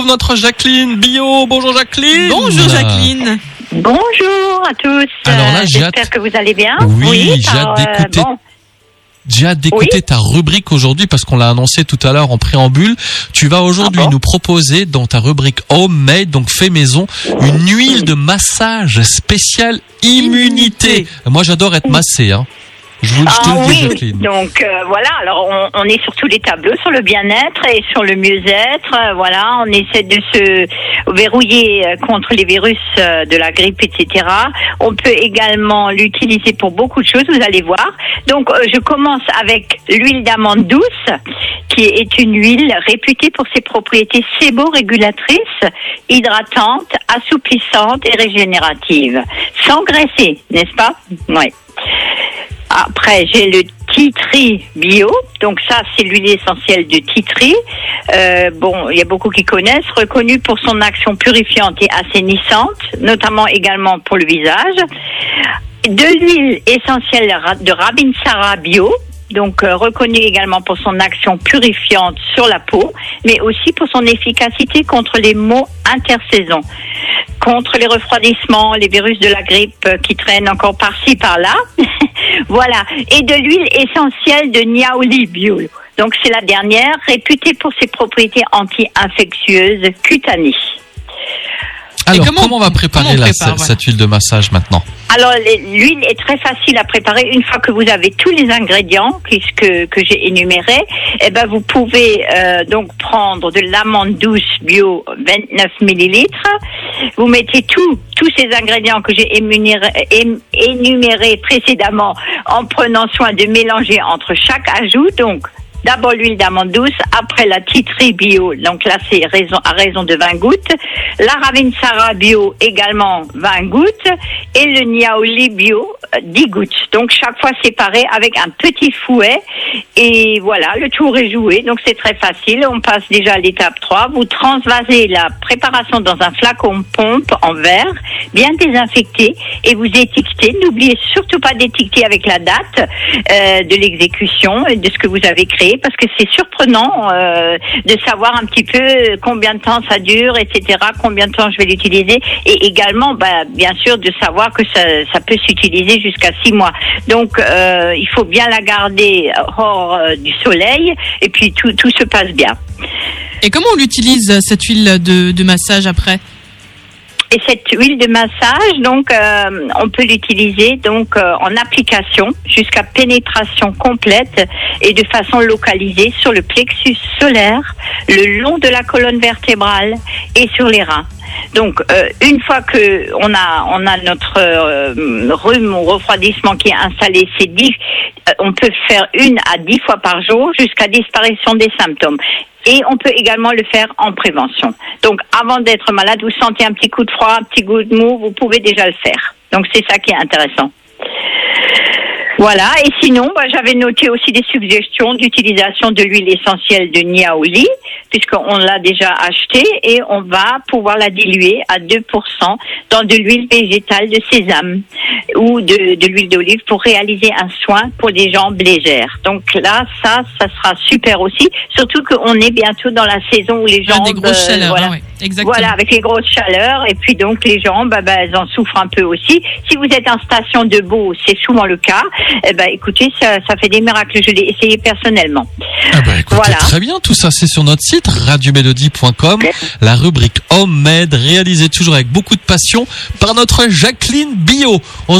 notre Jacqueline Bio. Bonjour Jacqueline. Bonjour Jacqueline. Bonjour à tous. Alors là, j'espère que vous allez bien. Oui, j'ai hâte d'écouter. J'ai hâte d'écouter ta rubrique aujourd'hui parce qu'on l'a annoncé tout à l'heure en préambule. Tu vas aujourd'hui nous proposer dans ta rubrique Homemade, donc fait maison, une huile de massage spéciale immunité. Moi, j'adore être massé, hein. Je te le dis, Jacqueline. Donc voilà, alors on est sur tous les tableaux, sur le bien-être et sur le mieux-être. Voilà, on essaie de se verrouiller contre les virus de la grippe, etc. On peut également l'utiliser pour beaucoup de choses, vous allez voir. Donc je commence avec l'huile d'amande douce, qui est une huile réputée pour ses propriétés séborégulatrices, hydratantes, assouplissantes et régénératives. Sans graisser, n'est-ce pas? Oui. Après, j'ai le tea tree bio. Donc ça, c'est l'huile essentielle de tea tree. Il y a beaucoup qui connaissent. Reconnue pour son action purifiante et assainissante, notamment également pour le visage. De l'huile essentielle de Rabinsara bio. Donc reconnue également pour son action purifiante sur la peau, mais aussi pour son efficacité contre les maux intersaisons, contre les refroidissements, les virus de la grippe qui traînent encore par-ci par-là. Voilà. Et de l'huile essentielle de Niaouli bio. Donc c'est la dernière, réputée pour ses propriétés anti-infectieuses cutanées. Alors, comment on va préparer cette huile de massage maintenant? Alors, l'huile est très facile à préparer. Une fois que vous avez tous les ingrédients que j'ai énumérés, vous pouvez donc prendre de l'amande douce bio 29 millilitres. Vous mettez tous ces ingrédients que j'ai énumérés précédemment en prenant soin de mélanger entre chaque ajout. Donc, d'abord l'huile d'amande douce, après la tea tree bio, donc là c'est à raison de 20 gouttes, la Ravinsara bio également 20 gouttes, et le Niaouli bio 10 gouttes. Donc chaque fois séparé avec un petit fouet, et voilà, le tour est joué, donc c'est très facile. On passe déjà à l'étape 3, vous transvasez la préparation dans un flacon pompe en verre, bien désinfecté, et vous étiquetez. N'oubliez surtout pas d'étiqueter avec la date de l'exécution et de ce que vous avez créé, parce que c'est surprenant de savoir un petit peu combien de temps ça dure, etc., combien de temps je vais l'utiliser, et également, bien sûr, de savoir que ça peut s'utiliser jusqu'à 6 mois. Donc, il faut bien la garder hors du soleil, et puis tout se passe bien. Et comment on utilise cette huile de massage après ? Et cette huile de massage, donc, on peut l'utiliser donc en application jusqu'à pénétration complète et de façon localisée sur le plexus solaire, le long de la colonne vertébrale et sur les reins. Donc, une fois que on a notre rhume ou refroidissement qui est installé, on peut faire 1 à 10 fois par jour jusqu'à disparition des symptômes. Et on peut également le faire en prévention. Donc, avant d'être malade, vous sentez un petit coup de froid, un petit goût de mou, vous pouvez déjà le faire. Donc, c'est ça qui est intéressant. Voilà. Et sinon, j'avais noté aussi des suggestions d'utilisation de l'huile essentielle de Niaouli, puisqu'on l'a déjà achetée, et on va pouvoir la diluer à 2% dans de l'huile végétale de sésame ou de l'huile d'olive pour réaliser un soin pour les jambes légères. Donc là, ça sera super aussi, surtout qu'on est bientôt dans la saison où les jambes... des grosses chaleurs, exactement. Voilà, avec les grosses chaleurs, et puis donc les jambes, elles en souffrent un peu aussi. Si vous êtes en station de Beau, c'est souvent le cas. Écoutez, ça fait des miracles. Je l'ai essayé personnellement. Écoutez, voilà. Très bien, tout ça c'est sur notre site radiomélodie.com, la rubrique Homemade, réalisée toujours avec beaucoup de passion par notre Jacqueline Bio.